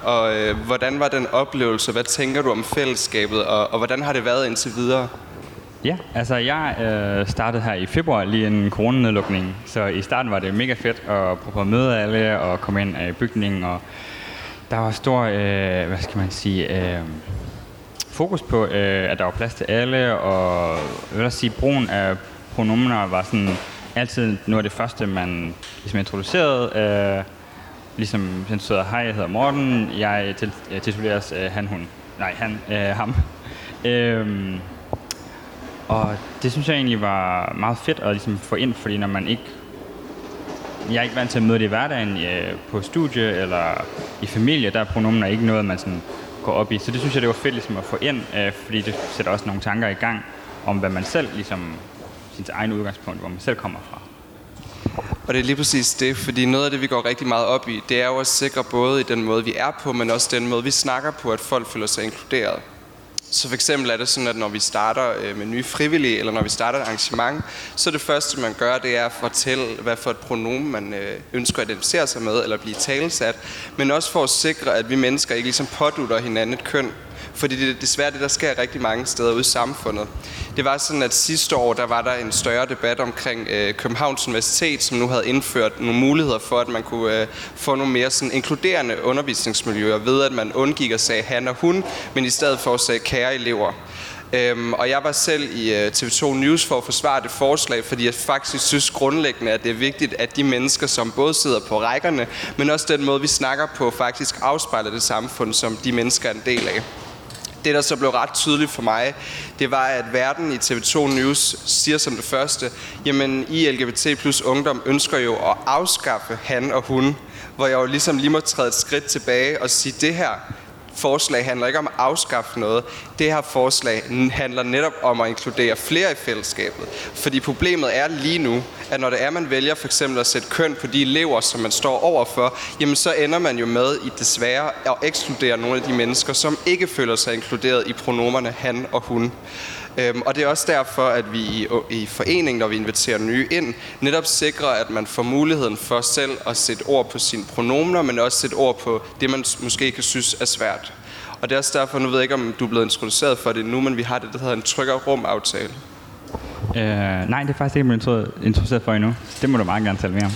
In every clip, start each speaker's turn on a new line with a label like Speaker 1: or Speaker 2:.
Speaker 1: og hvordan var den oplevelse? Hvad tænker du om fællesskabet, og hvordan har det været indtil videre?
Speaker 2: Ja, altså jeg startede her i februar, lige inden coronanedlukningen, så i starten var det mega fedt at prøve at møde alle og komme ind i bygningen, og der var stor, fokus på, at der var plads til alle, og jeg vil også sige, brugen af pronomener var sådan altid noget af det første, man ligesom introducerede. Ligesom den stod, hej, jeg hedder Morten, jeg tituleres ham. Og det synes jeg egentlig var meget fedt at ligesom få ind, fordi når man ikke... Jeg er ikke vant til at møde det i hverdagen på studie eller i familie, der er pronomener ikke noget, man sådan går op i. Så det synes jeg, det var fedt ligesom at få ind, fordi det sætter også nogle tanker i gang om, hvad man selv ligesom, sit egen udgangspunkt, hvor man selv kommer fra.
Speaker 1: Og det er lige præcis det, fordi noget af det, vi går rigtig meget op i, det er jo at sikre både i den måde, vi er på, men også den måde, vi snakker på, at folk føler sig inkluderet. Så for eksempel er det sådan, at når vi starter med nye frivillige, eller når vi starter et arrangement, så det første, man gør, det er at fortælle, hvad for et pronomen man ønsker at identificere sig med, eller blive talesat, men også for at sikre, at vi mennesker ikke ligesom pådutter hinanden et køn. Fordi det er desværre det, der sker rigtig mange steder ude i samfundet. Det var sådan, at sidste år, der var der en større debat omkring Københavns Universitet, som nu havde indført nogle muligheder for, at man kunne få nogle mere sådan inkluderende undervisningsmiljøer, ved at man undgik at sige han og hun, men i stedet for at sige kære elever. Og jeg var selv i TV2 News for at forsvare det forslag, fordi jeg faktisk synes grundlæggende, at det er vigtigt, at de mennesker, som både sidder på rækkerne, men også den måde, vi snakker på, faktisk afspejler det samfund, som de mennesker er en del af. Det, der så blev ret tydeligt for mig, det var, at verden i TV2 News siger som det første, jamen I LGBT plus ungdom ønsker jo at afskaffe han og hun, hvor jeg jo ligesom lige må træde et skridt tilbage og sige, det her forslag handler ikke om at afskaffe noget. Det her forslag handler netop om at inkludere flere i fællesskabet. Fordi problemet er lige nu, at når det er, man vælger for eksempel at sætte køn på de elever, som man står overfor, jamen så ender man jo med i desværre at ekskludere nogle af de mennesker, som ikke føler sig inkluderet i pronomerne han og hun. Og det er også derfor, at vi i foreningen, når vi inviterer nye ind, netop sikrer, at man får muligheden for selv at sætte ord på sine pronomener, men også sætte ord på det, man måske kan synes er svært. Og det er også derfor, nu ved jeg ikke, om du er blevet introduceret for det nu, men vi har det, der hedder en tryg- og rum-aftale.
Speaker 2: Nej, det er faktisk ikke blevet introduceret for endnu. Det må du meget gerne tale mere om.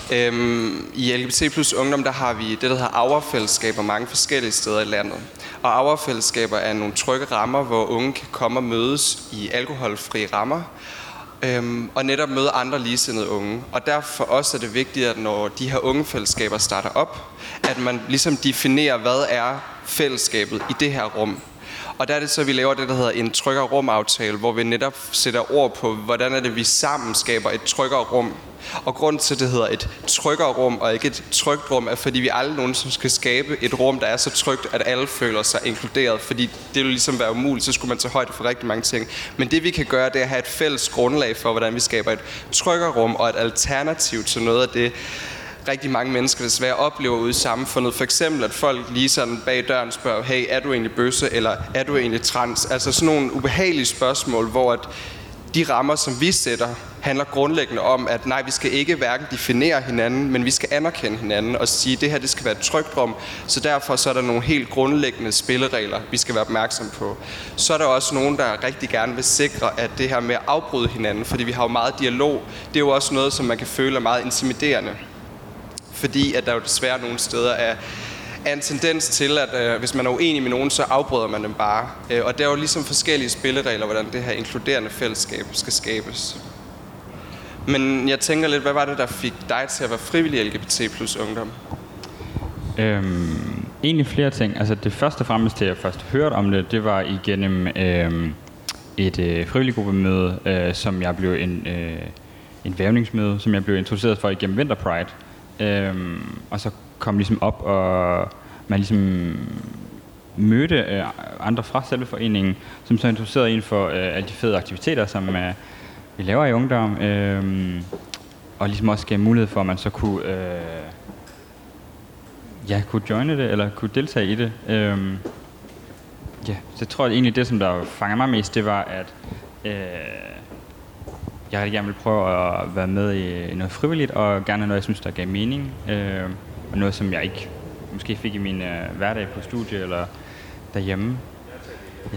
Speaker 1: I LGBT plus ungdom, der har vi det, der hedder Aura-fællesskaber mange forskellige steder i landet. Og Aura-fællesskaber er nogle trygge rammer, hvor unge kan komme og mødes i alkoholfri rammer, og netop møde andre ligesindede unge. Og derfor også er det vigtigt, at når de her ungefællesskaber starter op, at man ligesom definerer, hvad er fællesskabet i det her rum. Og der er det så, at vi laver det, der hedder en tryggere rum-aftale, hvor vi netop sætter ord på, hvordan er det, vi sammen skaber et tryggere rum. Og grunden til, at det hedder et tryggere rum og ikke et trygt rum, er fordi vi aldrig nogensinde skal skabe et rum, der er så trygt, at alle føler sig inkluderet. Fordi det vil ligesom være umuligt, så skulle man tage højde for rigtig mange ting. Men det vi kan gøre, det er at have et fælles grundlag for, hvordan vi skaber et tryggere rum og et alternativ til noget af det, rigtig mange mennesker desværre oplever ude i samfundet. For eksempel, at folk lige sådan bag døren spørger, hey, er du egentlig bøsse, eller er du egentlig trans? Altså sådan nogle ubehagelige spørgsmål, hvor at de rammer, som vi sætter, handler grundlæggende om, at nej, vi skal ikke hverken definere hinanden, men vi skal anerkende hinanden og sige, at det her det skal være et trygt rum. Så derfor så er der nogle helt grundlæggende spilleregler, vi skal være opmærksom på. Så er der også nogen, der rigtig gerne vil sikre, at det her med at afbryde hinanden, fordi vi har jo meget dialog, det er jo også noget, som man kan føle er meget intimiderende. Fordi at der jo desværre nogle steder er en tendens til, at hvis man er uenig med nogen, så afbryder man dem bare. Og der er jo ligesom forskellige spilleregler, hvordan det her inkluderende fællesskab skal skabes. Men jeg tænker lidt, hvad var det, der fik dig til at være frivillig LGBT plus ungdom?
Speaker 2: Egentlig flere ting. Altså det første og fremmest, det jeg først hørte om det, det var igennem et frivilliggruppemøde, som jeg blev en vævningsmøde, som jeg blev introduceret for igennem Winter Pride. Og så kom ligesom op, og man ligesom mødte andre fra selve foreningen, som så introducerede en for alle de fede aktiviteter, som vi laver i ungdom, og ligesom også gav mulighed for, at man så kunne joine det, eller kunne deltage i det. Så jeg tror, at egentlig det, som der fanger mig mest, det var, at jeg rigtig gerne vil prøve at være med i noget frivilligt, og gerne noget, jeg synes, der gav mening, og noget, som jeg ikke måske fik i min hverdag på studie eller derhjemme. Ja.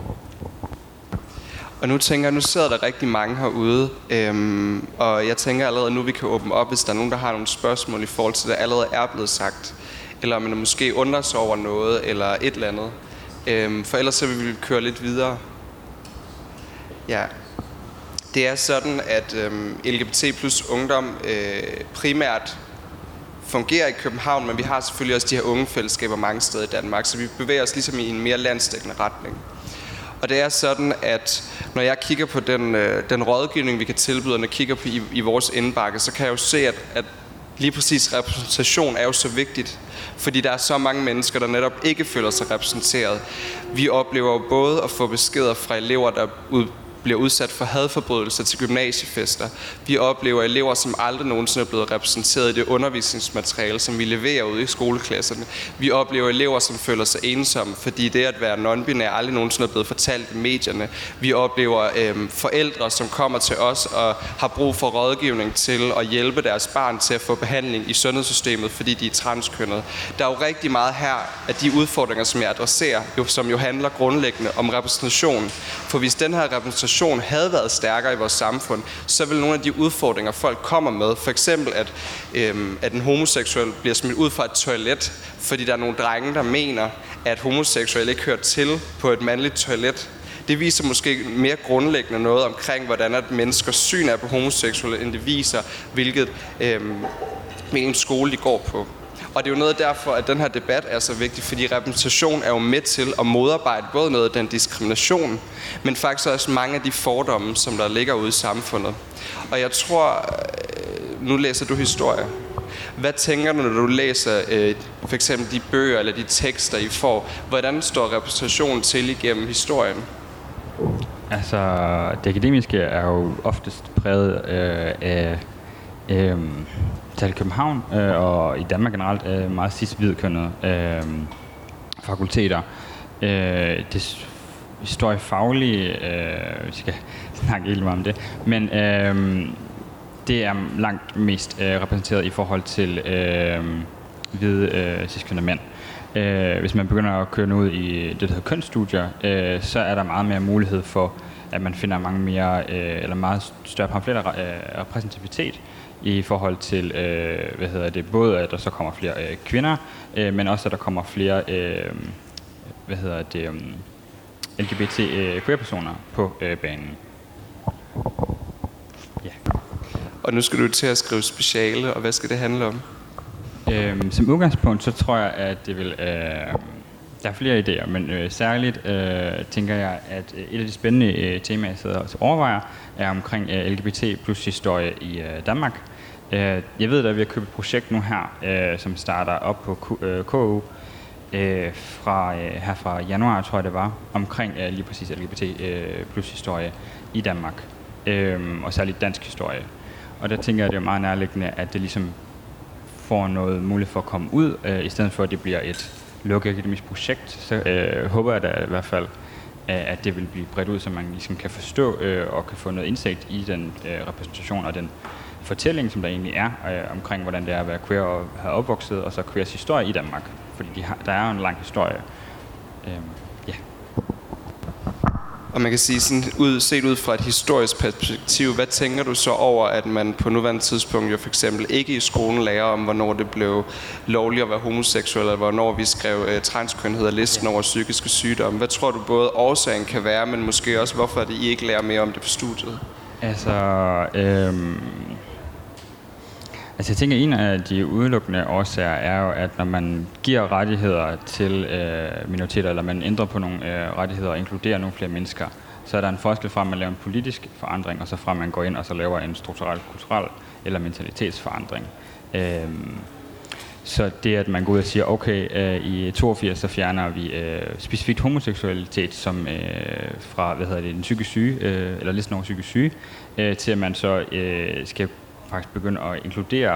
Speaker 1: Og nu tænker jeg, nu sidder der rigtig mange herude, og jeg tænker allerede nu, vi kan åbne op, hvis der er nogen, der har nogle spørgsmål i forhold til det, der allerede er blevet sagt. Eller om man måske undrer sig over noget, eller et eller andet. For ellers så vil vi køre lidt videre. Ja. Det er sådan, at LGBT plus ungdom primært fungerer i København, men vi har selvfølgelig også de her unge fællesskaber mange steder i Danmark, så vi bevæger os ligesom i en mere landsdækkende retning. Og det er sådan, at når jeg kigger på den rådgivning, vi kan tilbyde, og når jeg kigger på i vores indbakke, så kan jeg jo se, at lige præcis repræsentation er jo så vigtigt, fordi der er så mange mennesker, der netop ikke føler sig repræsenteret. Vi oplever jo både at få beskeder fra elever, der bliver udsat for hadforbrydelser til gymnasiefester. Vi oplever elever, som aldrig nogensinde er blevet repræsenteret i det undervisningsmateriale, som vi leverer ude i skoleklasserne. Vi oplever elever, som føler sig ensomme, fordi det at være non-binær aldrig nogensinde er blevet fortalt i medierne. Vi oplever forældre, som kommer til os og har brug for rådgivning til at hjælpe deres barn til at få behandling i sundhedssystemet, fordi de er transkønnede. Der er jo rigtig meget her af de udfordringer, som jeg adresserer, som jo handler grundlæggende om repræsentation. For hvis den her repræsentation havde været stærkere i vores samfund, så vil nogle af de udfordringer, folk kommer med, for eksempel at en homoseksuel bliver smidt ud fra et toilet, fordi der er nogle drenge, der mener, at homoseksuelle ikke hører til på et mandligt toilet. Det viser måske mere grundlæggende noget omkring, hvordan at menneskers syn er på homoseksuelle, end det viser, hvilken skole de går på. Og det er jo noget derfor, at den her debat er så vigtig, fordi repræsentation er jo med til at modarbejde både noget af den diskrimination, men faktisk også mange af de fordomme, som der ligger ude i samfundet. Og jeg tror, nu læser du historie. Hvad tænker du, når du læser for eksempel de bøger eller de tekster, I får? Hvordan står repræsentationen til igennem historien?
Speaker 2: Altså, det akademiske er jo oftest præget af til København og i Danmark generelt meget cis-hvidkønnede fakulteter. Det historiefaglige, vi skal snakke helt meget om det, men det er langt mest repræsenteret i forhold til hvide cis-kønnede mænd. Hvis man begynder at køre ud i det, der hedder kønsstudier, så er der meget mere mulighed for, at man finder mange mere, eller meget større pamfletter repræsentativitet i forhold til, både at der så kommer flere kvinder, men også at der kommer flere, LGBT queer-personer på banen. Ja.
Speaker 1: Og nu skal du til at skrive speciale, og hvad skal det handle om?
Speaker 2: Som udgangspunkt, så tror jeg, at det vil... Der er flere idéer, men særligt tænker jeg, at et af de spændende temaer, jeg sidder og overvejer, er omkring LGBT plus historie i Danmark. Jeg ved, at vi har købt et projekt nu her, som starter op på KU her fra januar, tror jeg det var, omkring lige præcis LGBT plus historie i Danmark, og særligt dansk historie. Og der tænker jeg, at det er meget nærliggende, at det ligesom får noget mulighed for at komme ud, i stedet for at det bliver et lukket akademisk projekt. Så håber jeg da i hvert fald, at det vil blive bredt ud, så man ligesom kan forstå og kan få noget indsigt i den repræsentation og den fortælling, som der egentlig er omkring, hvordan det er at være queer og have opvokset, og så queers historie i Danmark. Fordi der er jo en lang historie. Ja.
Speaker 1: Og man kan sige, sådan set ud fra et historisk perspektiv, hvad tænker du så over, at man på nuværende tidspunkt jo for eksempel ikke i skolen lærer om, hvornår det blev lovligt at være homoseksuel, eller hvornår vi skrev transkønnhed af listen over psykiske sygdomme? Hvad tror du både årsagen kan være, men måske også hvorfor det I ikke lærer mere om det på studiet?
Speaker 2: Altså jeg tænker, en af de udelukkende årsager er jo, at når man giver rettigheder til minoriteter, eller man ændrer på nogle rettigheder og inkluderer nogle flere mennesker, så er der en forskel fra, at man laver en politisk forandring, og så fra, at man går ind og så laver en strukturel, kulturel eller mentalitetsforandring. Så det, at man går ud og siger, okay, i 82 så fjerner vi specifikt homoseksualitet som fra, den psykisk syge, eller listen over psykisk syge, til at man så skal faktisk begynde at inkludere,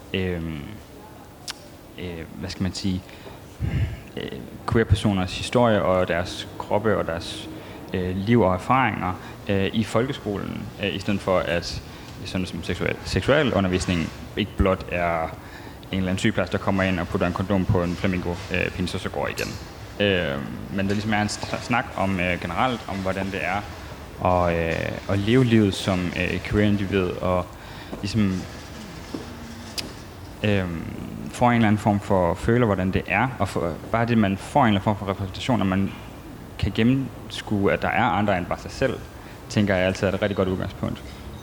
Speaker 2: queer-personers historie og deres kroppe og deres liv og erfaringer i folkeskolen, i stedet for at sådan som seksualundervisning ikke blot er eller anden sygeplejerske, der kommer ind og putter en kondom på en flamingo-pins, og så går igen. Men det ligesom er en snak om generelt, om hvordan det er at leve livet som queer-individ, og ligesom får en eller anden form for føler, hvordan det er, og bare det, man får en eller anden form for repræsentation, og man kan gennemskue, at der er andre end bare sig selv, tænker jeg altid er et rigtig godt udgangspunkt.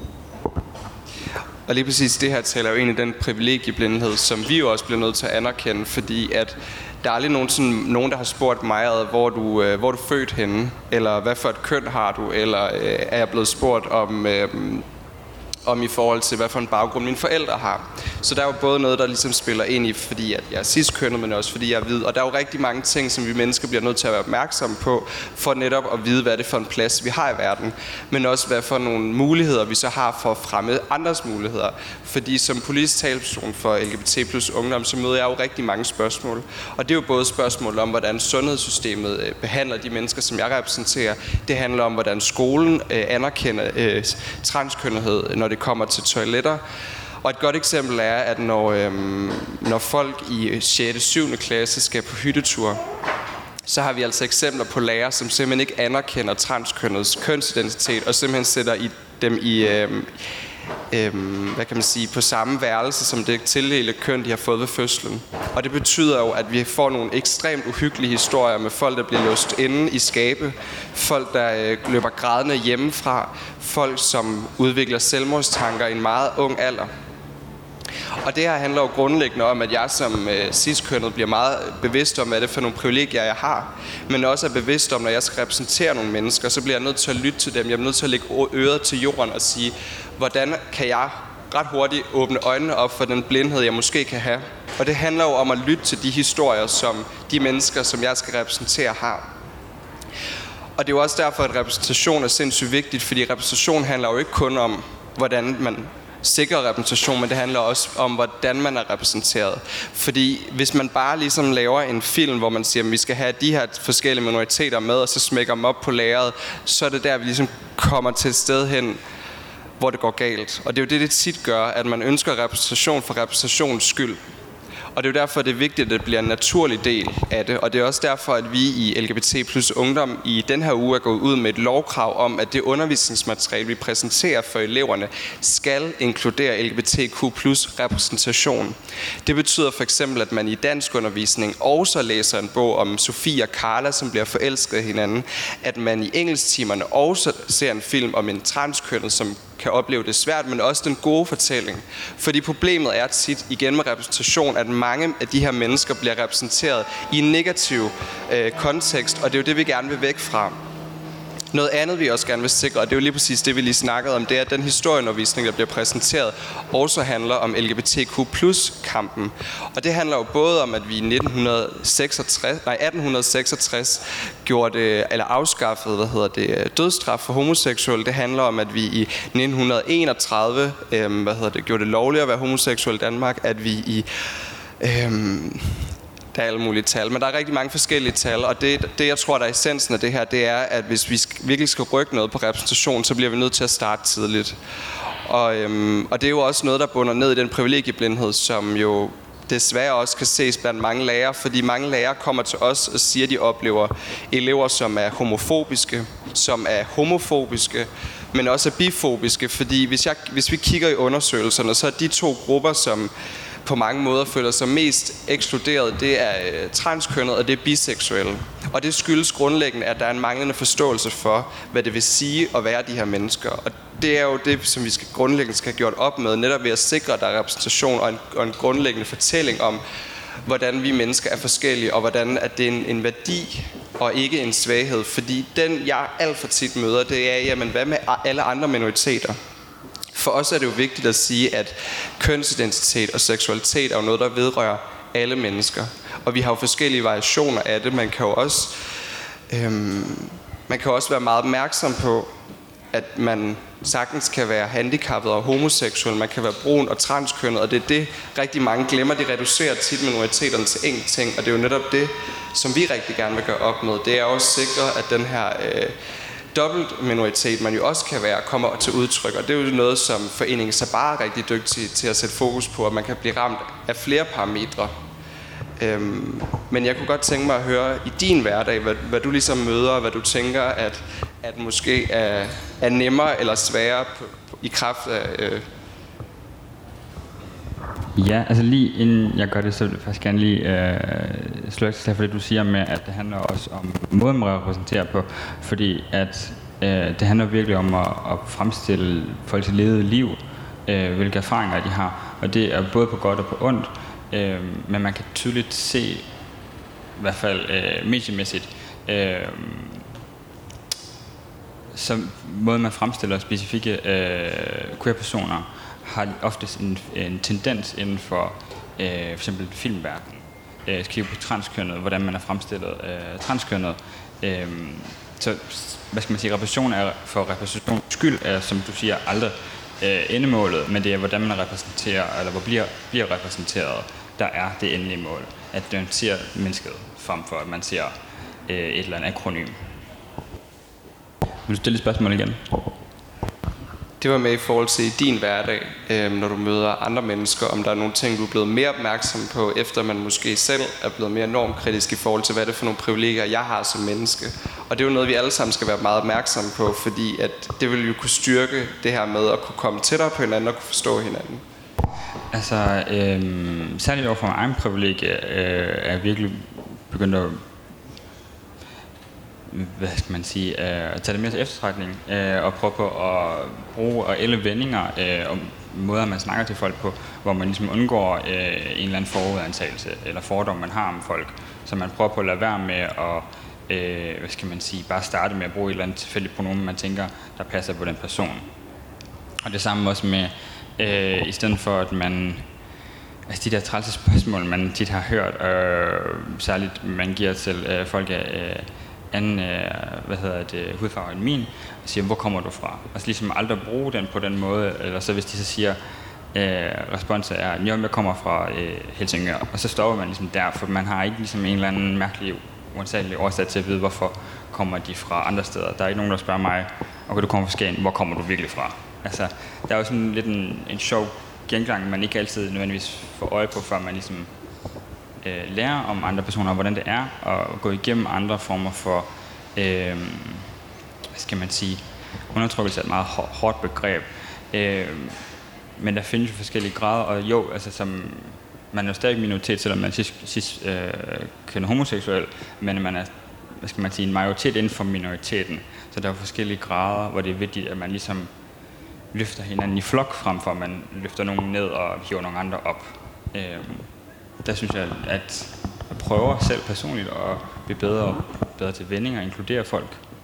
Speaker 1: Og lige præcis det her taler jo ind i den privilegieblindhed, som vi jo også bliver nødt til at anerkende, fordi at der er aldrig nogen, der har spurgt mig, hvor du er født henne, eller hvad for et køn har du, eller er jeg blevet spurgt om i forhold til, hvad for en baggrund mine forældre har. Så der er jo både noget, der ligesom spiller ind i, fordi at jeg er cis-kønnet, men også fordi jeg er hvid. Og der er jo rigtig mange ting, som vi mennesker bliver nødt til at være opmærksomme på, for netop at vide, hvad det er for en plads, vi har i verden. Men også, hvad for nogle muligheder, vi så har for at fremme andres muligheder. Fordi som politisk talsperson for LGBT plus ungdom, så møder jeg jo rigtig mange spørgsmål. Og det er jo både spørgsmål om, hvordan sundhedssystemet behandler de mennesker, som jeg repræsenterer. Det handler om, hvordan skolen anerkender transkønnethed, når det kommer til toiletter. Og et godt eksempel er, at når folk i 6. og 7. klasse skal på hyttetur, så har vi altså eksempler på lærere, som simpelthen ikke anerkender transkønnets kønsidentitet, og simpelthen sætter dem i på samme værelse som det tildelte køn, de har fået ved fødslen. Og det betyder jo, at vi får nogle ekstremt uhyggelige historier med folk, der bliver låst inde i skabe, folk, der løber grædende hjemmefra, folk, som udvikler selvmordstanker i en meget ung alder. Og det her handler jo grundlæggende om, at jeg som cis-kønnet bliver meget bevidst om, hvad det er for nogle privilegier, jeg har. Men også er bevidst om, når jeg skal repræsentere nogle mennesker, så bliver jeg nødt til at lytte til dem. Jeg er nødt til at lægge øret til jorden og sige, hvordan kan jeg ret hurtigt åbne øjnene op for den blindhed, jeg måske kan have. Og det handler jo om at lytte til de historier, som de mennesker, som jeg skal repræsentere, har. Og det er jo også derfor, at repræsentation er sindssygt vigtigt, fordi repræsentation handler jo ikke kun om, hvordan man sikrer repræsentation, men det handler også om, hvordan man er repræsenteret. Fordi hvis man bare ligesom laver en film, hvor man siger, at vi skal have de her forskellige minoriteter med, og så smækker dem op på lageret, så er det der, vi ligesom kommer til et sted hen, hvor det går galt. Og det er jo det tit gør, at man ønsker repræsentation for repræsentations skyld. Og det er jo derfor, det er vigtigt, at det bliver en naturlig del af det. Og det er også derfor, at vi i LGBT plus ungdom i den her uge er gået ud med et lovkrav om, at det undervisningsmateriale, vi præsenterer for eleverne, skal inkludere LGBTQ plus repræsentation. Det betyder for eksempel, at man i danskundervisning også læser en bog om Sofie og Carla, som bliver forelsket af hinanden. At man i engelsktimerne også ser en film om en transkønnet, som kan opleve det svært, men også den gode fortælling. Fordi problemet er tit igen med repræsentation, at mange af de her mennesker bliver repræsenteret i en negativ kontekst, og det er jo det, vi gerne vil væk fra. Noget andet, vi også gerne vil sikre, og det er jo lige præcis det, vi lige snakkede om, det er, at den historieundervisning, der bliver præsenteret, også handler om LGBTQ plus kampen. Og det handler jo både om, at vi i 1866 gjorde det, eller afskaffede, dødsstraf for homoseksuelle. Det handler om, at vi i 1931, gjorde det lovligt at være homoseksuel i Danmark, at vi i der er alle mulige tal, men der er rigtig mange forskellige tal, og det jeg tror, der er essensen af det her, det er, at hvis vi virkelig skal rykke noget på repræsentation, så bliver vi nødt til at starte tidligt. Og det er jo også noget, der bunder ned i den privilegieblindhed, som jo desværre også kan ses blandt mange lærere, fordi mange lærere kommer til os og siger, at de oplever elever, som er homofobiske, som er homofobiske, men også er bifobiske, fordi hvis vi kigger i undersøgelserne, så er de to grupper, som på mange måder føler sig mest ekskluderet, det er transkønnet, og det er biseksuelle. Og det skyldes grundlæggende, at der er en manglende forståelse for, hvad det vil sige at være de her mennesker. Og det er jo det, som vi grundlæggende skal have gjort op med, netop ved at sikre, at der er repræsentation og en grundlæggende fortælling om, hvordan vi mennesker er forskellige, og hvordan at det er en værdi og ikke en svaghed. Fordi den, jeg alt for tit møder, det er, jamen hvad med alle andre minoriteter? For os er det jo vigtigt at sige, at kønsidentitet og seksualitet er jo noget, der vedrører alle mennesker. Og vi har jo forskellige variationer af det. Man kan jo også være meget opmærksom på, at man sagtens kan være handicappet og homoseksuel, man kan være brun og transkønnet, og det er det, rigtig mange glemmer. De reducerer tit minoriteterne til én ting, og det er jo netop det, som vi rigtig gerne vil gøre op med. Det er også at sikre, at den her dobbelt minoritet, man jo også kan være, kommer til udtryk. Og det er jo noget, som foreningen Sabar er rigtig dygtig til at sætte fokus på, at man kan blive ramt af flere parametre. Men jeg kunne godt tænke mig at høre i din hverdag, hvad du ligesom møder, og hvad du tænker, at måske er nemmere eller sværere i kraft af...
Speaker 2: Ja, altså lige inden jeg gør det, så vil jeg faktisk gerne lige slå ekstra for det, du siger med, at det handler også om måden, man repræsenterer på. Fordi at det handler virkelig om at fremstille folks levede liv, hvilke erfaringer de har. Og det er både på godt og på ondt, men man kan tydeligt se, i hvert fald mediemæssigt, som måden man fremstiller specifikke queer-personer, har oftest en tendens inden for for eksempel filmverdenen. Skrive på transkønnet, hvordan man er fremstillet transkønnet. Så hvad skal man sige, repræsentation er for repræsentations skyld, er, som du siger, aldrig endemålet, men det er, hvordan man repræsenterer, eller hvor bliver repræsenteret, der er det endelige mål. At man ser mennesket frem for, at man ser et eller andet akronym. Vil du stille et spørgsmål igen?
Speaker 1: Det var med i forhold til din hverdag, når du møder andre mennesker, om der er nogle ting, du er blevet mere opmærksom på, efter man måske selv er blevet mere normkritisk i forhold til, hvad det er for nogle privilegier, jeg har som menneske. Og det er jo noget, vi alle sammen skal være meget opmærksomme på, fordi at det vil jo kunne styrke det her med at kunne komme tættere på hinanden og kunne forstå hinanden.
Speaker 2: Altså, særligt overfor min egen privilegie er jeg virkelig begyndt at at tage det mere til eftertrækning og prøve på at bruge og elle vendinger og måder, man snakker til folk på, hvor man ligesom undgår en eller anden forudantagelse eller fordom, man har om folk. Så man prøver på at lade være med at bare starte med at bruge et eller andet tilfældigt pronomen, man tænker, der passer på den person. Og det samme også med, i stedet for at man, altså de der trælse spørgsmål, man tit har hørt, særligt man giver til folk af anden hudfarve end min, og siger, hvor kommer du fra? Altså ligesom aldrig bruge den på den måde, eller så hvis de så siger, responsen er, jo, jeg kommer fra Helsingør, og så stopper man ligesom der, for man har ikke ligesom en eller anden mærkelig, uansagelig årsag til at vide, hvorfor kommer de fra andre steder. Der er ikke nogen, der spørger mig, okay, du kommer fra Skagen, hvor kommer du virkelig fra? Altså, der er jo sådan lidt en sjov genklang, man ikke altid nødvendigvis får øje på, før man ligesom lære om andre personer, hvordan det er at gå igennem andre former for, undertrykkelse er et meget hårdt begreb. Men der findes jo forskellige grader, og jo, altså som man er jo stadig minoritet, selvom man kønner homoseksuel, men man er, en majoritet inden for minoriteten. Så der er jo forskellige grader, hvor det er vigtigt, at man ligesom løfter hinanden i flok, frem for at man løfter nogen ned og hiver nogle andre op. Der synes jeg, at jeg prøver selv personligt at blive bedre til vendinger og inkludere folk.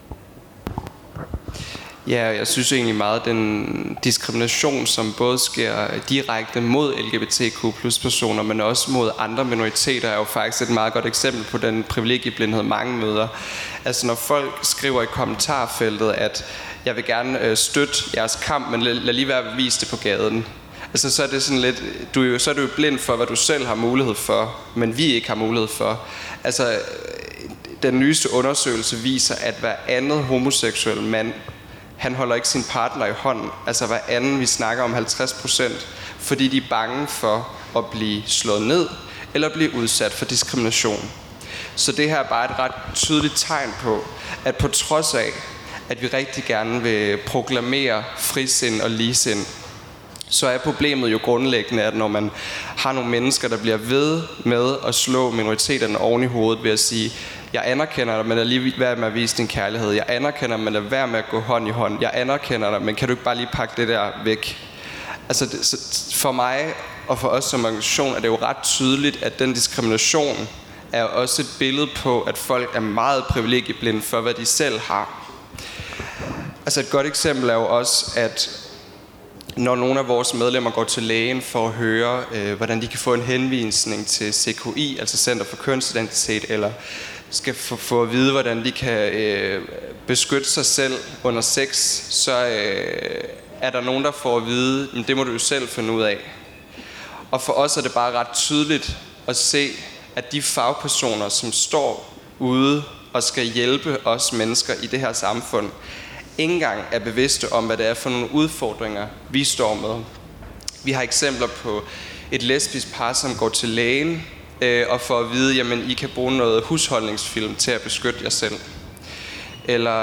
Speaker 1: Ja, jeg synes egentlig meget, den diskrimination, som både sker direkte mod LGBTQ+ personer, men også mod andre minoriteter, er jo faktisk et meget godt eksempel på den privilegieblindhed, mange møder. Altså når folk skriver i kommentarfeltet, at jeg vil gerne støtte jeres kamp, men lad lige være at vise det på gaden. Altså så er det sådan lidt, så er du jo blind for, hvad du selv har mulighed for, men vi ikke har mulighed for. Altså den nyeste undersøgelse viser, at hver andet homoseksuel mand, han holder ikke sin partner i hånden. Altså hver anden, vi snakker om 50%, fordi de er bange for at blive slået ned, eller blive udsat for diskrimination. Så det her er bare et ret tydeligt tegn på, at på trods af, at vi rigtig gerne vil proklamere frisind og ligesind, så er problemet jo grundlæggende, at når man har nogle mennesker, der bliver ved med at slå minoriteterne oven i hovedet ved at sige, jeg anerkender dig, men lad lige være med at vise din kærlighed. Jeg anerkender dig, men lad være med at gå hånd i hånd. Jeg anerkender dig, men kan du ikke bare lige pakke det der væk? Altså for mig og for os som organisation er det jo ret tydeligt, at den diskrimination er også et billede på, at folk er meget privilegieblinde for, hvad de selv har. Altså et godt eksempel er jo også, at når nogle af vores medlemmer går til lægen for at høre, hvordan de kan få en henvisning til CKI, altså Center for Kønsidentitet, eller skal få at vide, hvordan de kan beskytte sig selv under sex, så er der nogen, der får at vide, men det må du jo selv finde ud af. Og for os er det bare ret tydeligt at se, at de fagpersoner, som står ude og skal hjælpe os mennesker i det her samfund, ikke engang er bevidste om, hvad det er for nogle udfordringer, vi står med. Vi har eksempler på et lesbisk par, som går til lægen og får at vide, jamen I kan bruge noget husholdningsfilm til at beskytte jer selv. Eller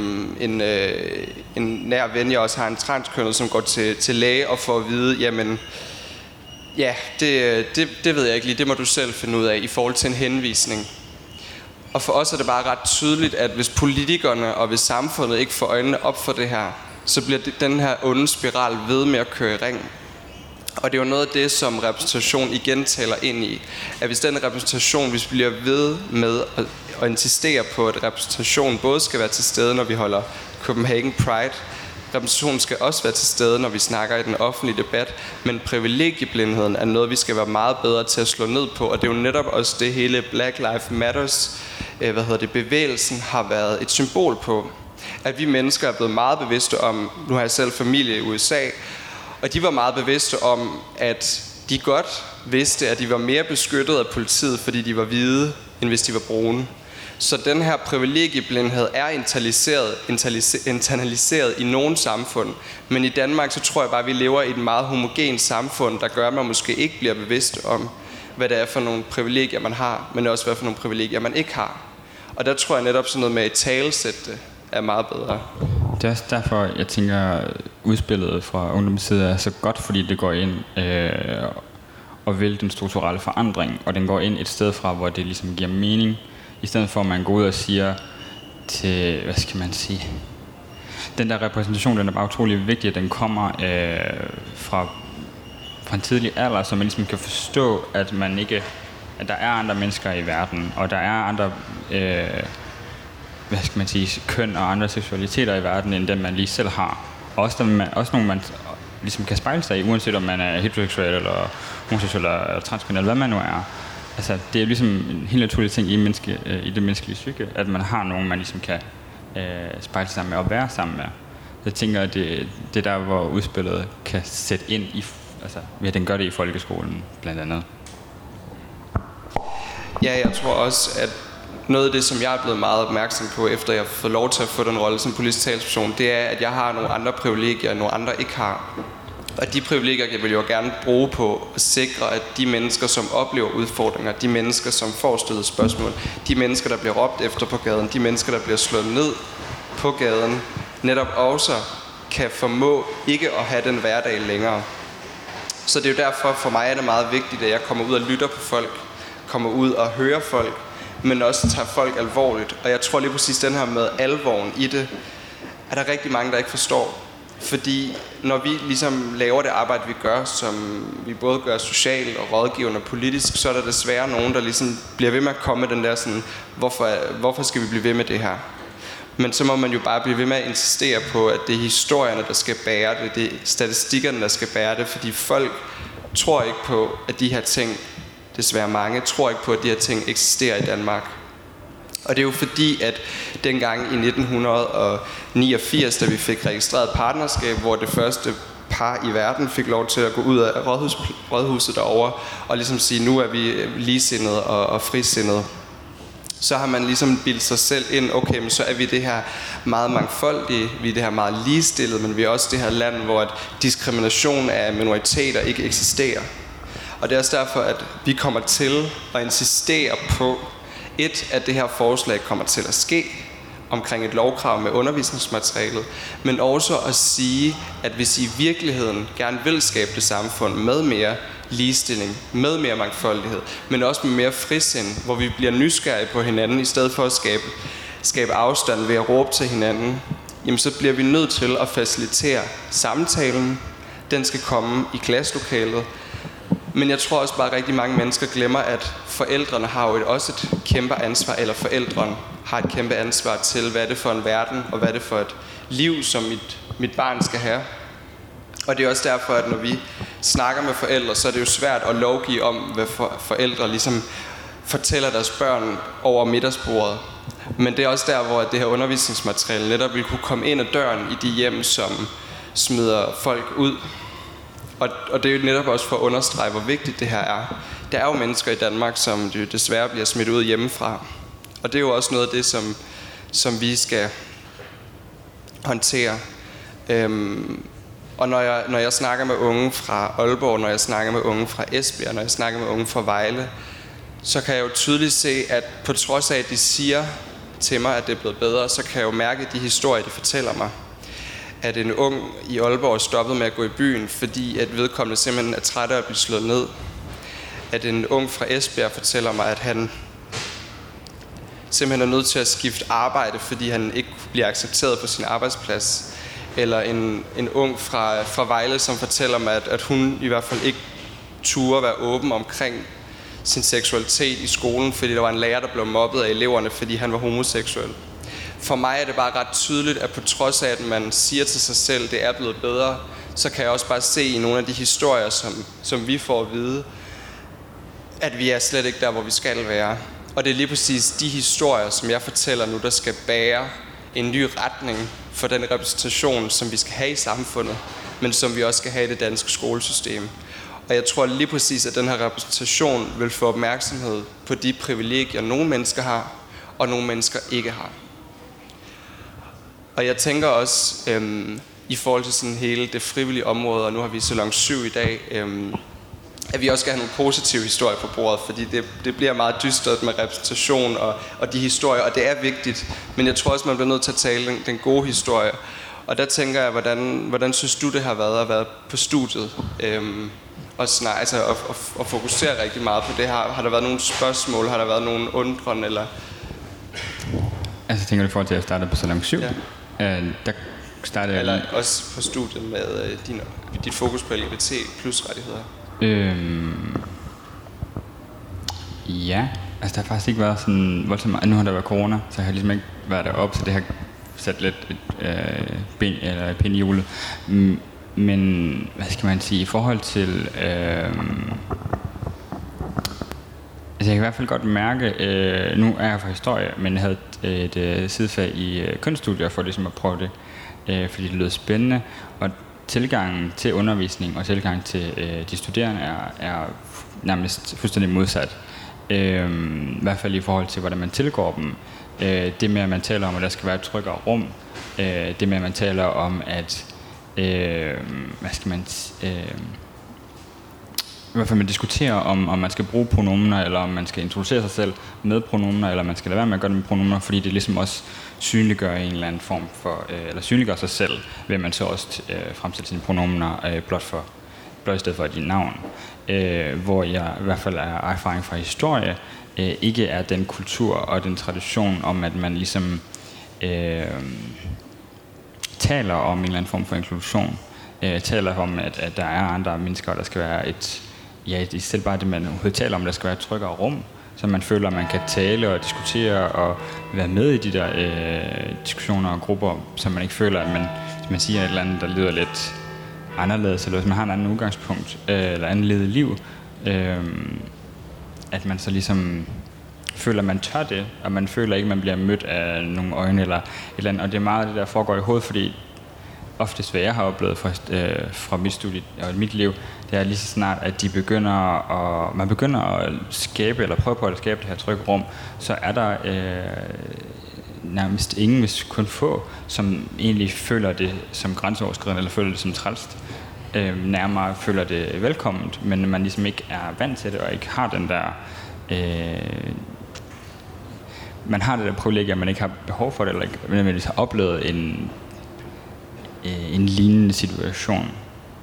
Speaker 1: en nær ven, jeg også har, en transkønnet, som går til læge og får at vide, jamen ja, det ved jeg ikke lige, det må du selv finde ud af i forhold til en henvisning. Og for os er det bare ret tydeligt, at hvis politikerne og hvis samfundet ikke får øjnene op for det her, så bliver den her onde spiral ved med at køre i ring. Og det er jo noget af det, som repræsentation igen taler ind i. At hvis den repræsentation, hvis vi bliver ved med at insistere på, at repræsentation både skal være til stede, når vi holder Copenhagen Pride, repræsentationen skal også være til stede, når vi snakker i den offentlige debat, men privilegieblindheden er noget, vi skal være meget bedre til at slå ned på, og det er jo netop også det hele Black Lives Matters, bevægelsen har været et symbol på. At vi mennesker er blevet meget bevidste om, nu har jeg selv familie i USA, og de var meget bevidste om, at de godt vidste, at de var mere beskyttet af politiet, fordi de var hvide, end hvis de var brune. Så den her privilegieblindhed er internaliseret i nogle samfund. Men i Danmark, så tror jeg bare, at vi lever i et meget homogent samfund, der gør, at man måske ikke bliver bevidst om, hvad det er for nogle privilegier, man har, men også hvad for nogle privilegier, man ikke har. Og der tror jeg netop sådan noget med et talesæt er meget bedre.
Speaker 2: Det er også derfor, jeg tænker, udspillet fra Ungdommens side er så godt, fordi det går ind og vil den strukturelle forandring, og den går ind et sted fra, hvor det ligesom giver mening, i stedet for at man går ud og siger til, hvad skal man sige, den der repræsentation, den er bare utrolig vigtig, at den kommer fra en tidlig alder, så man ligesom kan forstå, at man ikke, at der er andre mennesker i verden, og der er andre hvad skal man sige, køn og andre seksualiteter i verden, end dem man lige selv har. Og også nogle man ligesom kan spejle sig i, uanset om man er heteroseksuel eller homoseksuel eller transkønnet, eller hvad man nu er. Altså, det er ligesom en helt naturlig ting i det menneskelige psyke, at man har nogen, man ligesom kan spejle sig sammen med og være sammen med. Jeg tænker, at det er der, hvor udspillet kan sætte ind i, altså, ja, den gør det i folkeskolen, blandt andet.
Speaker 1: Ja, jeg tror også, at noget af det, som jeg er blevet meget opmærksom på, efter jeg har fået lov til at få den rolle som politisk talsperson, det er, at jeg har nogle andre privilegier, nogle andre ikke har. Og de privilegier jeg vil jo gerne bruge på at sikre, at de mennesker, som oplever udfordringer, de mennesker, som får stillet spørgsmål, de mennesker, der bliver råbt efter på gaden, de mennesker, der bliver slået ned på gaden, netop også kan formå ikke at have den hverdag længere. Så det er jo derfor, for mig er det meget vigtigt, at jeg kommer ud og lytter på folk, kommer ud og hører folk, men også tager folk alvorligt. Og jeg tror lige præcis den her med alvoren i det, er der rigtig mange, der ikke forstår. Fordi når vi ligesom laver det arbejde, vi gør, som vi både gør socialt og rådgivende og politisk, så er der desværre nogen, der ligesom bliver ved med at komme med den der sådan, hvorfor skal vi blive ved med det her? Men så må man jo bare blive ved med at insistere på, at det er historierne, der skal bære det, det er statistikkerne, der skal bære det, fordi folk tror ikke på, at de her ting, desværre mange, tror ikke på, at de her ting eksisterer i Danmark. Og det er jo fordi, at dengang i 1989, da vi fik registreret partnerskab, hvor det første par i verden fik lov til at gå ud af rådhuset derovre og ligesom sige, nu er vi ligesindede og frisindede, så har man ligesom bildt sig selv ind, okay, men så er vi det her meget mangfoldige, vi er det her meget ligestillede, men vi er også det her land, hvor at diskrimination af minoriteter ikke eksisterer. Og det er også derfor, at vi kommer til at insistere på, at det her forslag kommer til at ske omkring et lovkrav med undervisningsmaterialet, men også at sige, at hvis I i virkeligheden gerne vil skabe det samfund med mere ligestilling, med mere mangfoldighed, men også med mere frisind, hvor vi bliver nysgerrige på hinanden, i stedet for at skabe afstand ved at råbe til hinanden, jamen så bliver vi nødt til at facilitere samtalen. Den skal komme i klasselokalet. Men jeg tror også bare, at rigtig mange mennesker glemmer, at forældrene har jo også et kæmpe ansvar, eller forældrene har et kæmpe ansvar til, hvad er det for en verden, og hvad er det for et liv, som mit barn skal have. Og det er også derfor, at når vi snakker med forældre, så er det jo svært at lovgive om, hvad forældre ligesom fortæller deres børn over middagsbordet. Men det er også der, hvor det her undervisningsmateriale netop vil kunne komme ind ad døren i de hjem, som smider folk ud. Og det er jo netop også for at understrege, hvor vigtigt det her er. Der er jo mennesker i Danmark, som desværre bliver smidt ud hjemmefra. Og det er jo også noget af det, som vi skal håndtere. Og når jeg snakker med unge fra Aalborg, når jeg snakker med unge fra Esbjerg, når jeg snakker med unge fra Vejle, så kan jeg jo tydeligt se, at på trods af, at de siger til mig, at det er blevet bedre, så kan jeg jo mærke de historier, de fortæller mig. At en ung i Aalborg stoppede med at gå i byen, fordi at vedkommende simpelthen er træt af at blive slået ned. At en ung fra Esbjerg fortæller mig, at han simpelthen er nødt til at skifte arbejde, fordi han ikke bliver accepteret på sin arbejdsplads. Eller en ung fra Vejle, som fortæller mig, at hun i hvert fald ikke turde være åben omkring sin seksualitet i skolen, fordi der var en lærer, der blev mobbet af eleverne, fordi han var homoseksuel. For mig er det bare ret tydeligt, at på trods af, at man siger til sig selv, at det er blevet bedre, så kan jeg også bare se i nogle af de historier, som vi får at vide, at vi er slet ikke der, hvor vi skal være. Og det er lige præcis de historier, som jeg fortæller nu, der skal bære en ny retning for den repræsentation, som vi skal have i samfundet, men som vi også skal have i det danske skolesystem. Og jeg tror lige præcis, at den her repræsentation vil få opmærksomhed på de privilegier, nogle mennesker har, og nogle mennesker ikke har. Og jeg tænker også, i forhold til sådan hele det frivillige område, og nu har vi Salon 7 i dag, at vi også skal have nogle positive historier på bordet, fordi det bliver meget dystert med repræsentation og de historier, og det er vigtigt. Men jeg tror også, man bliver nødt til at tale den gode historie. Og der tænker jeg, hvordan synes du, det har været at være på studiet? Og fokusere rigtig meget på det her. Har der været nogle spørgsmål? Har der været nogle undren? Eller?
Speaker 2: Altså tænker du i forhold til, at jeg startede på Salon 7? Ja. Der startede
Speaker 1: eller jeg også på studiet med dit fokus på LGBT plus rettigheder?
Speaker 2: Ja, altså der har faktisk ikke været sådan voldsomt meget. Nu har der været corona, så jeg har ligesom ikke været deroppe, så det har sat lidt et pind i hjulet. Men hvad skal man sige, i forhold til altså jeg kan i hvert fald godt mærke, nu er jeg fra historie, men jeg havde et sidefag i kunststudier for ligesom at prøve det, fordi det lød spændende, og tilgangen til undervisning og tilgangen til de studerende er nærmest fuldstændig modsat. I hvert fald i forhold til, hvordan man tilgår dem. Det med, at man taler om, at der skal være et tryggere rum. Det med, at man taler om, at hvad skal man i hvert fald man diskuterer om man skal bruge pronomener, eller om man skal introducere sig selv med pronomener, eller man skal lade være med at gøre det med pronomener, fordi det ligesom også synliggør en eller anden form for, eller synliggør sig selv, ved man så også fremstille sine pronomener blot i stedet for dit navn. Hvor jeg i hvert fald er erfaring fra historie, ikke er den kultur og den tradition om, at man ligesom taler om en eller anden form for inklusion. Taler om, at der er andre mennesker, der skal være det er selv bare det, man taler om, der skal være et tryggere rum, så man føler, at man kan tale og diskutere og være med i de der diskussioner og grupper, så man ikke føler, at man siger et eller andet, der lyder lidt anderledes, eller hvis man har en anden udgangspunkt, eller andet ledet liv, at man så ligesom føler, at man tør det, og man føler ikke, at man bliver mødt af nogle øjne, eller et eller andet, og det er meget det, der foregår i hovedet, fordi oftest, hvad jeg har oplevet fra mit studie og mit liv, det er lige så snart, at man begynder at skabe, eller prøve på at skabe det her trygge rum, så er der nærmest ingen, hvis kun få, som egentlig føler det som grænseoverskridende, eller føler det som trælst. Nærmere føler det velkomment, men man ligesom ikke er vant til det, og ikke har den der man har det der privilegie, at man ikke har behov for det, eller ikke nødvendigvis har oplevet en lignende situation.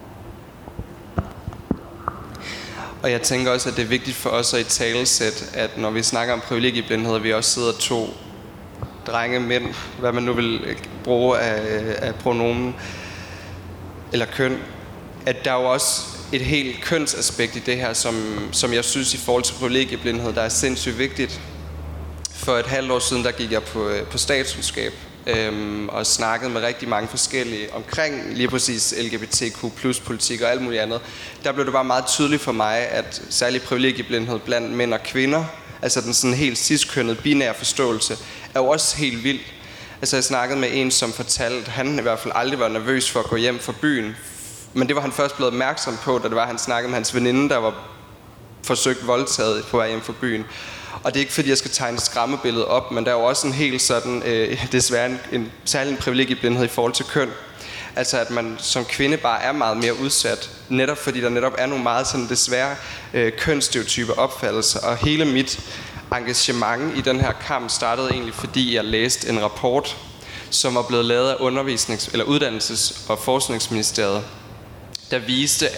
Speaker 1: Og jeg tænker også, at det er vigtigt for os at italesætte, at når vi snakker om privilegieblindhed, at vi også sidder 2 drenge, mænd, hvad man nu vil bruge af pronomen eller køn, at der er jo også et helt kønsaspekt i det her, som jeg synes i forhold til privilegieblindhed, der er sindssygt vigtigt. For et halvt år siden, der gik jeg på statskundskab og snakkede med rigtig mange forskellige omkring lige præcis LGBTQ plus politik og alt muligt andet. Der blev det bare meget tydeligt for mig, at særlig privilegieblindhed blandt mænd og kvinder, altså den sådan helt cis-kønnede binære forståelse, er jo også helt vild. Altså jeg snakkede med en, som fortalte, at han i hvert fald aldrig var nervøs for at gå hjem fra byen. Men det var han først blevet opmærksom på, da det var, han snakkede med hans veninde, der var forsøgt voldtaget på vej hjem fra byen. Og det er ikke fordi, jeg skal tegne et skræmmebillede op, men der er jo også en helt sådan, desværre en særlig en privilegieblindhed i forhold til køn. Altså at man som kvinde bare er meget mere udsat, netop fordi der netop er nogle meget sådan desværre kønsstereotype opfattelser. Og hele mit engagement i den her kamp startede egentlig, fordi jeg læste en rapport, som var blevet lavet af Uddannelses- og Forskningsministeriet, der viste,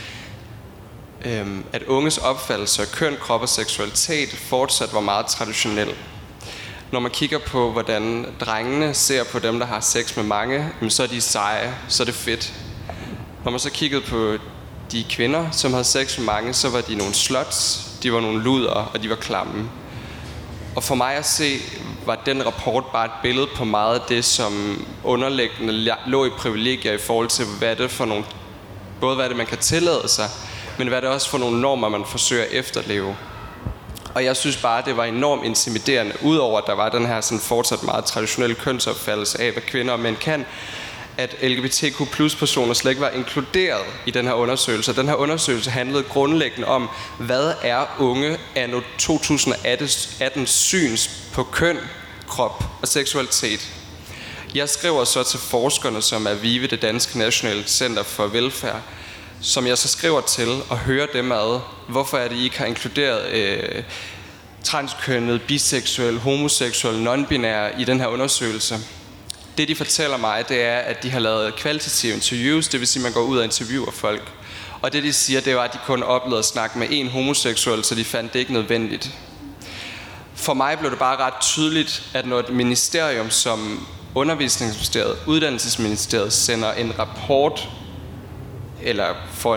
Speaker 1: at unges opfattelse af køn, krop og seksualitet fortsat var meget traditionel. Når man kigger på, hvordan drengene ser på dem, der har sex med mange, så er de seje, så er det fedt. Når man så kiggede på de kvinder, som havde sex med mange, så var de nogle sluts, de var nogle luder, og de var klamme. Og for mig at se, var den rapport bare et billede på meget af det, som underliggende lå i privilegier i forhold til, hvad det for nogle, både hvad det man kan tillade sig, men hvad det også for nogle normer, man forsøger at efterleve. Og jeg synes bare, det var enormt intimiderende, udover at der var den her sådan fortsat meget traditionelle kønsopfattelse af, hvad kvinder og mænd kan, at LGBTQ+ personer slet ikke var inkluderet i den her undersøgelse. Den her undersøgelse handlede grundlæggende om, hvad er unge anno 2018 syns på køn, krop og seksualitet. Jeg skriver så til forskerne, som er VIVE, det Danske Nationale Center for Velfærd, som jeg så skriver til og hører dem ad, hvorfor er det, I ikke har inkluderet transkønnet, biseksuel, homoseksuel, non-binære i den her undersøgelse. Det de fortæller mig, det er, at de har lavet kvalitative interviews, det vil sige, at man går ud og interviewer folk. Og det de siger, det var, at de kun oplevede at snakke med en homoseksuel, så de fandt det ikke nødvendigt. For mig blev det bare ret tydeligt, at når et ministerium som Undervisningsministeriet, Uddannelsesministeriet sender en rapport eller får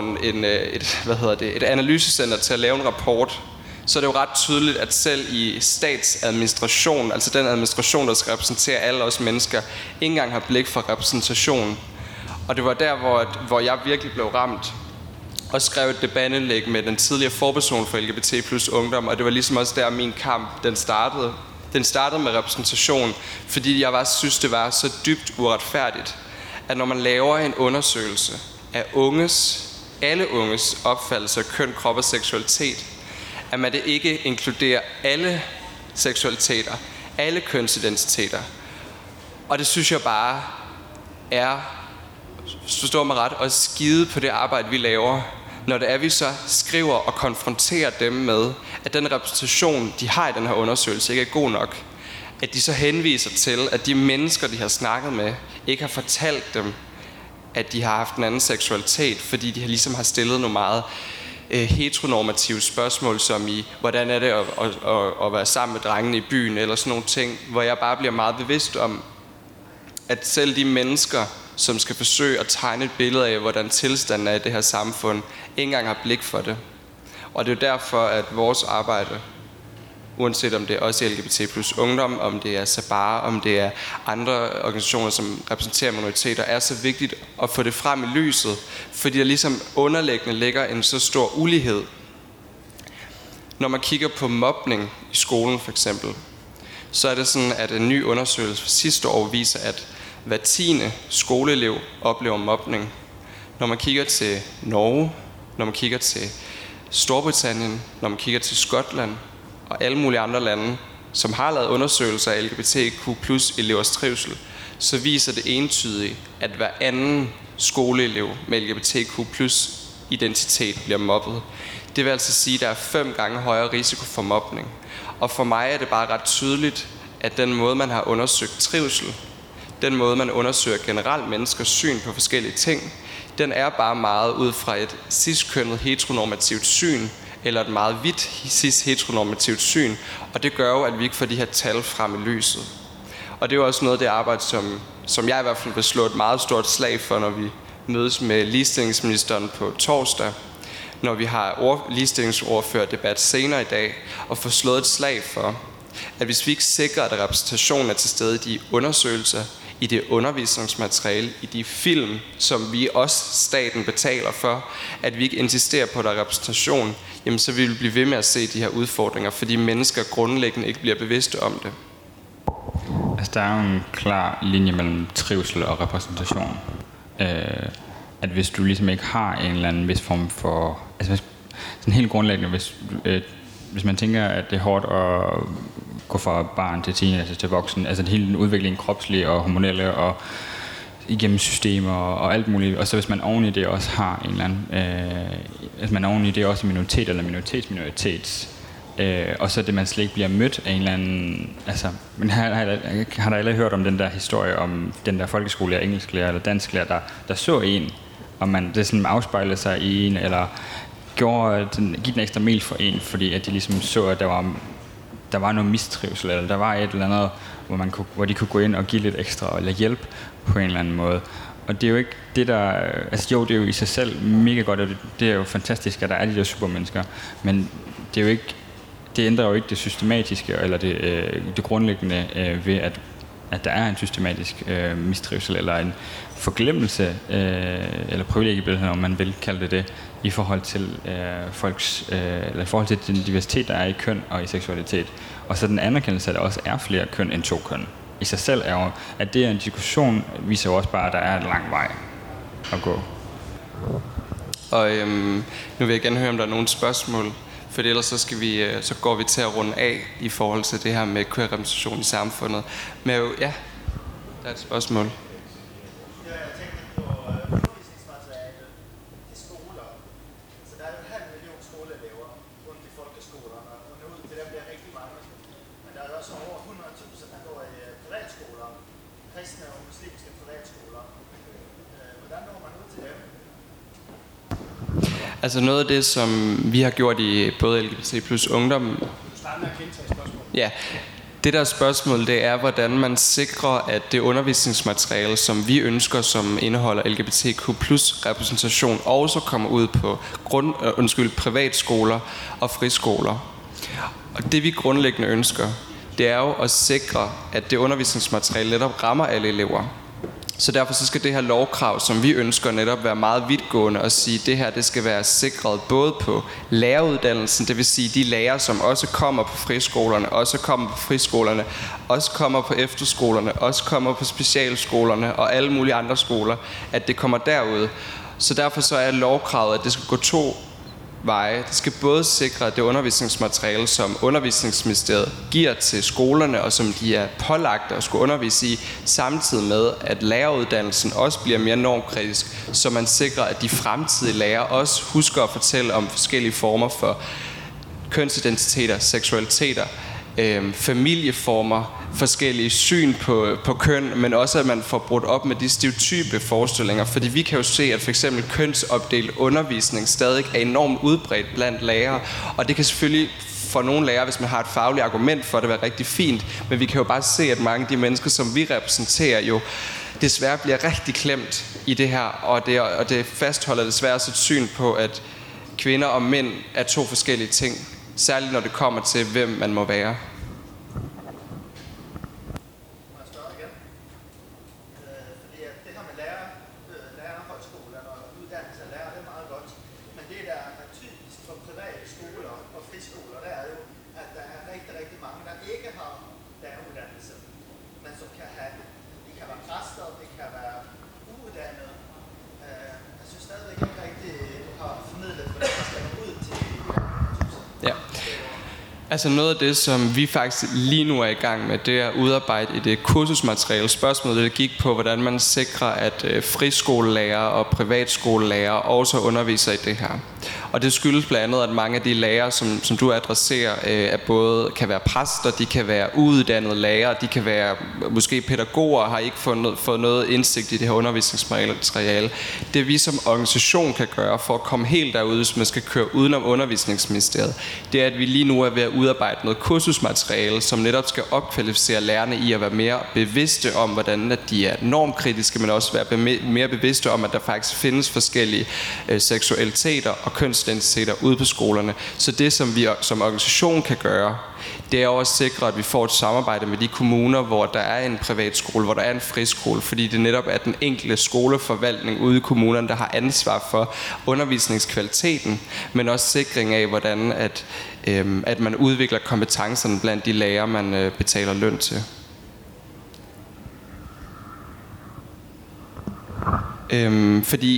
Speaker 1: et analysecenter til at lave en rapport, så er det jo ret tydeligt, at selv i statsadministration, altså den administration, der skal repræsentere alle os mennesker, ikke engang har blik for repræsentation. Og det var der, hvor jeg virkelig blev ramt og skrev et debatindlæg med den tidligere forperson for LGBT+ ungdom, og det var ligesom også der, min kamp den startede. Den startede med repræsentation, fordi jeg synes, det var så dybt uretfærdigt, at når man laver en undersøgelse af alle unges opfattelse af køn, krop og seksualitet, at man det ikke inkluderer alle seksualiteter, alle kønsidentiteter. Og det synes jeg bare er, forstår mig ret, at skide på det arbejde, vi laver, når det er, vi så skriver og konfronterer dem med, at den repræsentation, de har i den her undersøgelse, ikke er god nok. At de så henviser til, at de mennesker, de har snakket med, ikke har fortalt dem, at de har haft en anden seksualitet, fordi de ligesom har stillet nogle meget heteronormative spørgsmål, som i, hvordan er det at være sammen med drengene i byen, eller sådan nogle ting, hvor jeg bare bliver meget bevidst om, at selv de mennesker, som skal forsøge at tegne et billede af, hvordan tilstanden er i det her samfund, ikke engang har blik for det. Og det er jo derfor, at vores arbejde, uanset om det er også LGBT+ ungdom, om det er Sabar, om det er andre organisationer, som repræsenterer minoriteter, er så vigtigt at få det frem i lyset, fordi der ligesom underliggende ligger en så stor ulighed. Når man kigger på mobning i skolen for eksempel, så er det sådan, at en ny undersøgelse fra sidste år viser, at hver 10. skoleelev oplever mobning. Når man kigger til Norge, når man kigger til Storbritannien, når man kigger til Skotland og alle mulige andre lande, som har lavet undersøgelser af LGBTQ+ elevers trivsel, så viser det entydigt, at hver anden skoleelev med LGBTQ+ identitet bliver mobbet. Det vil altså sige, at der er 5 gange højere risiko for mobning. Og for mig er det bare ret tydeligt, at den måde, man har undersøgt trivsel, den måde, man undersøger generelt menneskers syn på forskellige ting, den er bare meget ud fra et cis-kønnet heteronormativt syn, eller et meget hvidt cis-heteronormativt syn, og det gør jo, at vi ikke får de her tal frem i lyset. Og det er jo også noget af det arbejde, som jeg i hvert fald vil slå et meget stort slag for, når vi mødes med ligestillingsministeren på torsdag, når vi har ligestillingsordførerdebat senere i dag, og får slået et slag for, at hvis vi ikke sikrer, at repræsentationen er til stede i de undersøgelser, i det undervisningsmateriale, i de film, som vi også staten betaler for, at vi ikke insisterer på, at der er repræsentation, jamen så vil vi blive ved med at se de her udfordringer, fordi mennesker grundlæggende ikke bliver bevidste om det.
Speaker 2: Altså der er jo en klar linje mellem trivsel og repræsentation. At hvis du ligesom ikke har en eller anden vis form for, altså sådan helt grundlæggende, hvis hvis man tænker, at det er hårdt at gå fra barn til teenager til voksen, altså hele den udvikling, kropslige og hormonelle og igennem systemer og alt muligt, og så hvis man oven i det også har en eller anden, hvis man oven i det også er minoritet eller minoritets, og så det man slet ikke bliver mødt af en eller anden, altså, men har der alle hørt om den der historie om den der folkeskolelærer, engelsklærer eller dansklærer, der så en, og det sådan afspejlede sig i en, eller gik den ekstra mel for en, fordi at de ligesom så, at der var noget mistrivsel, eller der var et eller andet, hvor de kunne gå ind og give lidt ekstra, eller hjælpe på en eller anden måde. Og det er jo ikke det der, altså jo, det er jo i sig selv mega godt, og det er jo fantastisk, at der er de der supermennesker, men det er jo ikke, det ændrer jo ikke det systematiske, eller det grundlæggende ved, at der er en systematisk mistrivsel, eller en forglemmelse, eller privilegiebillede, om man vil kalde det, i forhold til eller i forhold til den diversitet, der er i køn og i seksualitet. Og så den anerkendelse, at der også er flere køn end 2 køn. I sig selv er jo, at det er en diskussion, viser jo også bare, at der er en lang vej at gå.
Speaker 1: Og nu vil jeg gerne høre, om der er nogle spørgsmål, for ellers så går vi til at runde af i forhold til det her med queer-repræsentation i samfundet. Men ja, der er et spørgsmål.
Speaker 3: Jeg tænkte på undervisningsmateriale i skoler. Så der er jo 500.000 skoleelever rundt i folkeskolerne, og nu til dem bliver rigtig mange. Men der er også over 100.000, der går i privatskoler, kristne og muslimske privatskoler. Hvordan når man ud til dem?
Speaker 1: Altså noget af det, som vi har gjort i både LGBT plus ungdom.
Speaker 3: Du starter med at gentage spørgsmål.
Speaker 1: Ja, det der spørgsmål, det er, hvordan man sikrer, at det undervisningsmateriale, som vi ønsker, som indeholder LGBTQ plus repræsentation, også kommer ud på privatskoler og friskoler. Og det vi grundlæggende ønsker, det er jo at sikre, at det undervisningsmateriale netop rammer alle elever. Så derfor så skal det her lovkrav, som vi ønsker, netop være meget vidtgående og sige, at det her det skal være sikret både på læreruddannelsen, det vil sige de lærere, som også kommer på friskolerne, også kommer på efterskolerne, også kommer på specialskolerne og alle mulige andre skoler, at det kommer derud. Så derfor så er lovkravet, at det skal gå 2 veje. Det skal både sikre, at det undervisningsmateriale, som Undervisningsministeriet giver til skolerne, og som de er pålagt at skulle undervise i, samtidig med, at læreruddannelsen også bliver mere normkritisk, så man sikrer, at de fremtidige lærere også husker at fortælle om forskellige former for kønsidentiteter, seksualiteter, familieformer, forskellige syn på køn, men også at man får brudt op med de stereotype forestillinger, fordi vi kan jo se, at for eksempel kønsopdelt undervisning stadig er enormt udbredt blandt lærere, og det kan selvfølgelig for nogle lærere, hvis man har et fagligt argument for det, være rigtig fint, men vi kan jo bare se, at mange af de mennesker, som vi repræsenterer, jo desværre bliver rigtig klemt i det her, og det fastholder desværre også et syn på, at kvinder og mænd er 2 forskellige ting, særligt når det kommer til, hvem man må være. Altså noget af det, som vi faktisk lige nu er i gang med, det er at udarbejde et kursusmateriale. Spørgsmålet det gik på, hvordan man sikrer, at friskolelærer og privatskolelærer også underviser i det her. Og det skyldes blandt andet, at mange af de lærere, som du adresserer, både kan være præster, de kan være uuddannede lærere, de kan være måske pædagoger, har ikke fået noget indsigt i det her undervisningsmateriale. Det vi som organisation kan gøre for at komme helt derud, hvis man skal køre udenom Undervisningsministeriet, det er, at vi lige nu er ved at udarbejde noget kursusmateriale, som netop skal opkvalificere lærerne i at være mere bevidste om, hvordan at de er normkritiske, men også være mere bevidste om, at der faktisk findes forskellige seksualiteter og kønsidentiteter ude på skolerne. Så det, som vi som organisation kan gøre, det er også at sikre, at vi får et samarbejde med de kommuner, hvor der er en privatskole, hvor der er en friskole, fordi det netop er den enkelte skoleforvaltning ude i kommunerne, der har ansvar for undervisningskvaliteten, men også sikring af, hvordan at man udvikler kompetencerne blandt de lærere, man betaler løn til. Fordi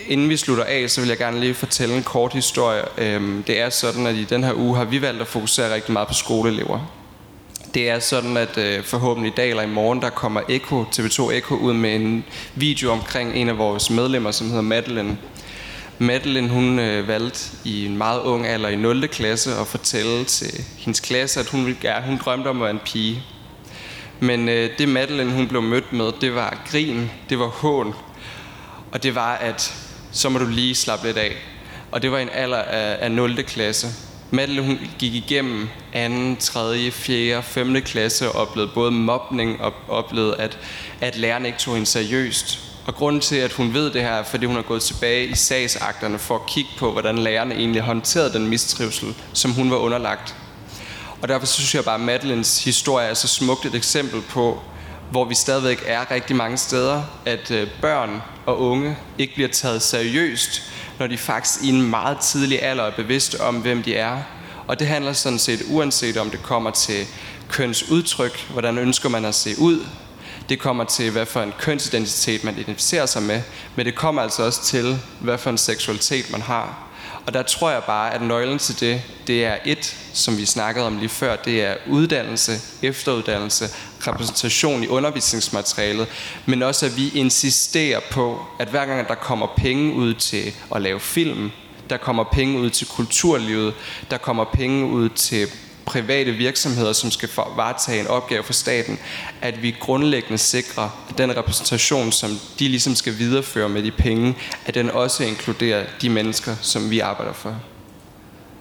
Speaker 1: inden vi slutter af, så vil jeg gerne lige fortælle en kort historie. Det er sådan, at i den her uge har vi valgt at fokusere rigtig meget på skoleelever. Det er sådan, at forhåbentlig i dag eller i morgen, der kommer Eko, TV2 Eko ud med en video omkring en af vores medlemmer, som hedder Madeline. Madeline, hun valgte i en meget ung alder i 0. klasse at fortælle til hendes klasse, at hun drømte om at være en pige. Men det Madeline, hun blev mødt med, det var grin, det var hån, og det var, at så må du lige slappe lidt af. Og det var en alder af 0. klasse. Madeline, hun gik igennem 2., 3., 4., 5. klasse og oplevede både mobning og oplevede, at lærerne ikke tog hende seriøst. Og grunden til, at hun ved det her, er, fordi hun har gået tilbage i sagsakterne for at kigge på, hvordan lærerne egentlig håndterede den mistrivsel, som hun var underlagt. Og derfor synes jeg bare, at Madelines historie er så smukt et eksempel på, hvor vi stadigvæk er rigtig mange steder, at børn og unge ikke bliver taget seriøst, når de faktisk i en meget tidlig alder er bevidste om, hvem de er. Og det handler sådan set uanset om det kommer til kønsudtryk, hvordan ønsker man at se ud. Det kommer til, hvad for en kønsidentitet man identificerer sig med, men det kommer altså også til, hvad for en seksualitet man har. Og der tror jeg bare, at nøglen til det er som vi snakkede om lige før, det er uddannelse, efteruddannelse, repræsentation i undervisningsmaterialet, men også at vi insisterer på, at hver gang der kommer penge ud til at lave film, der kommer penge ud til kulturlivet, der kommer penge ud til private virksomheder, som skal varetage en opgave for staten, at vi grundlæggende sikrer, at den repræsentation, som de ligesom skal videreføre med de penge, at den også inkluderer de mennesker, som vi arbejder for.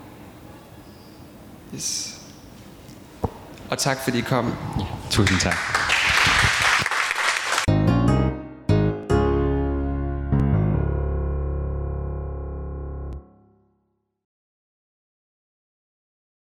Speaker 1: Yes. Og tak fordi I kom.
Speaker 2: Ja, tusind tak.